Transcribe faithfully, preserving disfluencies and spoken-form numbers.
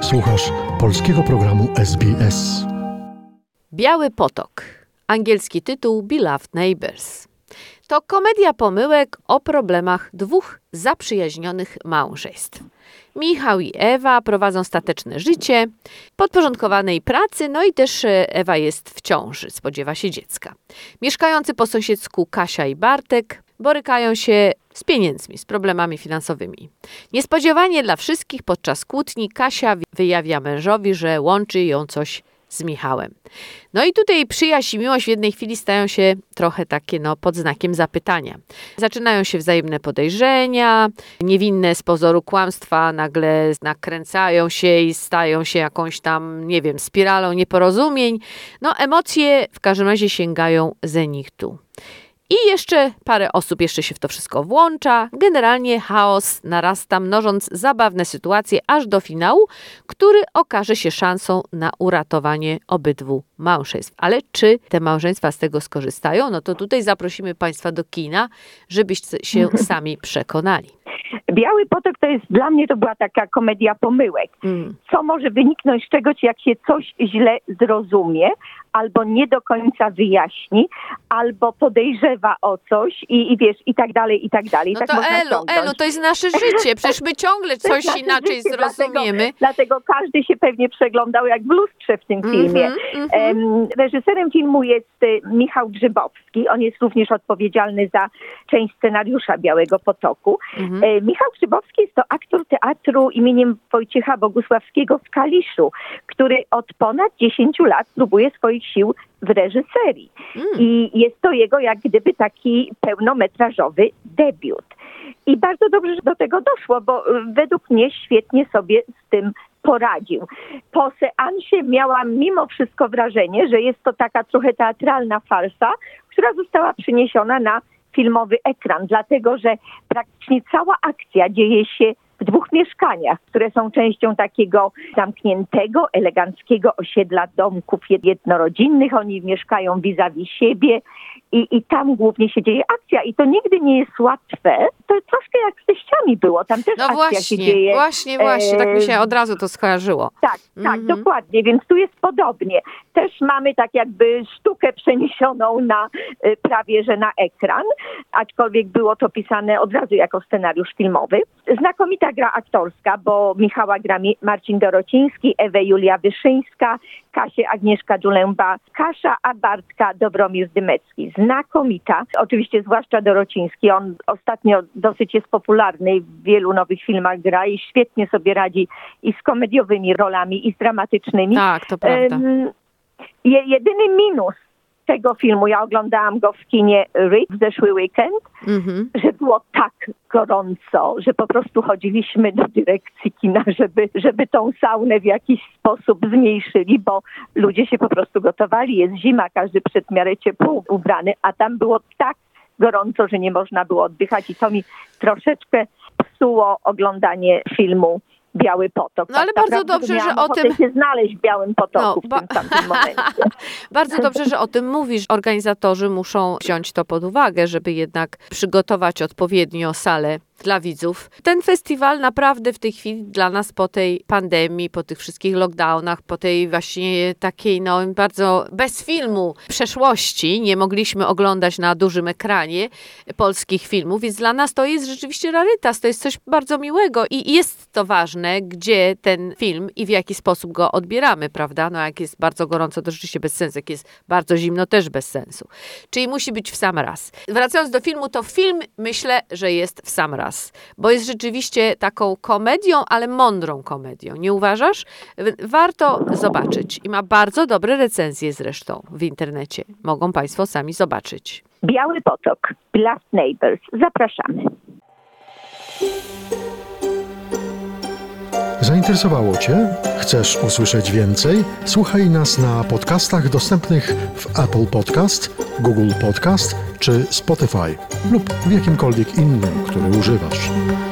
Słuchasz polskiego programu S B S. Biały potok. Angielski tytuł Beloved Neighbors. To komedia pomyłek o problemach dwóch zaprzyjaźnionych małżeństw. Michał i Ewa prowadzą stateczne życie, podporządkowanej pracy, no i też Ewa jest w ciąży, spodziewa się dziecka. Mieszkający po sąsiedzku Kasia i Bartek borykają się z pieniędzmi, z problemami finansowymi. Niespodziewanie dla wszystkich podczas kłótni Kasia wyjawia mężowi, że łączy ją coś z Michałem. No i tutaj przyjaźń i miłość w jednej chwili stają się trochę takie no pod znakiem zapytania. Zaczynają się wzajemne podejrzenia, niewinne z pozoru kłamstwa nagle nakręcają się i stają się jakąś tam, nie wiem, spiralą nieporozumień. No emocje w każdym razie sięgają zenitu. I jeszcze parę osób jeszcze się w to wszystko włącza. Generalnie chaos narasta, mnożąc zabawne sytuacje aż do finału, który okaże się szansą na uratowanie obydwu małżeństw. Ale czy te małżeństwa z tego skorzystają? No to tutaj zaprosimy Państwa do kina, żebyście się sami przekonali. Biały potok to jest, dla mnie to była taka komedia pomyłek. Mm. Co może wyniknąć z czegoś, jak się coś źle zrozumie, albo nie do końca wyjaśni, albo podejrzewa o coś i, i wiesz, i tak dalej, i tak dalej. No tak to można Elu, Elu, to jest nasze życie, przecież my ciągle coś inaczej życie, zrozumiemy. Dlatego, dlatego każdy się pewnie przeglądał jak w lustrze w tym filmie. Mm-hmm, mm-hmm. Reżyserem filmu jest Michał Grzybowski, on jest również odpowiedzialny za część scenariusza Białego Potoku. Mm-hmm. Michał Grzybowski jest to aktor teatru imieniem Wojciecha Bogusławskiego w Kaliszu, który od ponad dziesięciu lat próbuje swoich sił w reżyserii. Mm. I jest to jego jak gdyby taki pełnometrażowy debiut. I bardzo dobrze, że do tego doszło, bo według mnie świetnie sobie z tym poradził. Po seansie miałam mimo wszystko wrażenie, że jest to taka trochę teatralna farsa, która została przeniesiona na filmowy ekran, dlatego że praktycznie cała akcja dzieje się w dwóch mieszkaniach, które są częścią takiego zamkniętego, eleganckiego osiedla domków jednorodzinnych. Oni mieszkają vis-a-vis siebie i, i tam głównie się dzieje akcja. I to nigdy nie jest łatwe. To troszkę jak z teściami było. Tam też no akcja właśnie, się dzieje. Właśnie, właśnie. Tak mi się od razu to skojarzyło. Tak, tak, mhm. dokładnie. Więc tu jest podobnie. Też mamy tak jakby sztukę przeniesioną na prawie, że na ekran, aczkolwiek było to pisane od razu jako scenariusz filmowy. Znakomita gra aktorska, bo Michała gra Marcin Dorociński, Ewę Julia Wyszyńska, Kasię Agnieszka Dżulęba-Kasza, a Bartka Dobromir Dymecki. Znakomita. Oczywiście zwłaszcza Dorociński. On ostatnio dosyć jest popularny, w wielu nowych filmach gra i świetnie sobie radzi i z komediowymi rolami, i z dramatycznymi. Tak, to prawda. Um, je, jedyny minus tego filmu, ja oglądałam go w kinie Ritz w zeszły weekend, mm-hmm. że było tak gorąco, że po prostu chodziliśmy do dyrekcji kina, żeby, żeby tą saunę w jakiś sposób zmniejszyli, bo ludzie się po prostu gotowali. Jest zima, każdy przed miarę ciepło ubrany, a tam było tak gorąco, że nie można było oddychać i to mi troszeczkę psuło oglądanie filmu Biały Potok. No ale tak bardzo dobrze, że o tym... się znaleźć w Białym Potoku no, ba... w tym samym momencie. Bardzo dobrze, że o tym mówisz. Organizatorzy muszą wziąć to pod uwagę, żeby jednak przygotować odpowiednio salę dla widzów. Ten festiwal naprawdę w tej chwili dla nas po tej pandemii, po tych wszystkich lockdownach, po tej właśnie takiej no bardzo bez filmu przeszłości nie mogliśmy oglądać na dużym ekranie polskich filmów, więc dla nas to jest rzeczywiście rarytas, to jest coś bardzo miłego i jest to ważne, gdzie ten film i w jaki sposób go odbieramy, prawda? No jak jest bardzo gorąco, to rzeczywiście bez sensu, jak jest bardzo zimno, też bez sensu. Czyli musi być w sam raz. Wracając do filmu, to film myślę, że jest w sam raz. Bo jest rzeczywiście taką komedią, ale mądrą komedią. Nie uważasz? Warto zobaczyć. I ma bardzo dobre recenzje zresztą w internecie. Mogą Państwo sami zobaczyć. Biały Potok, Beloved Neighbors. Zapraszamy. Zainteresowało Cię? Chcesz usłyszeć więcej? Słuchaj nas na podcastach dostępnych w Apple Podcast, Google Podcast czy Spotify lub w jakimkolwiek innym, który używasz.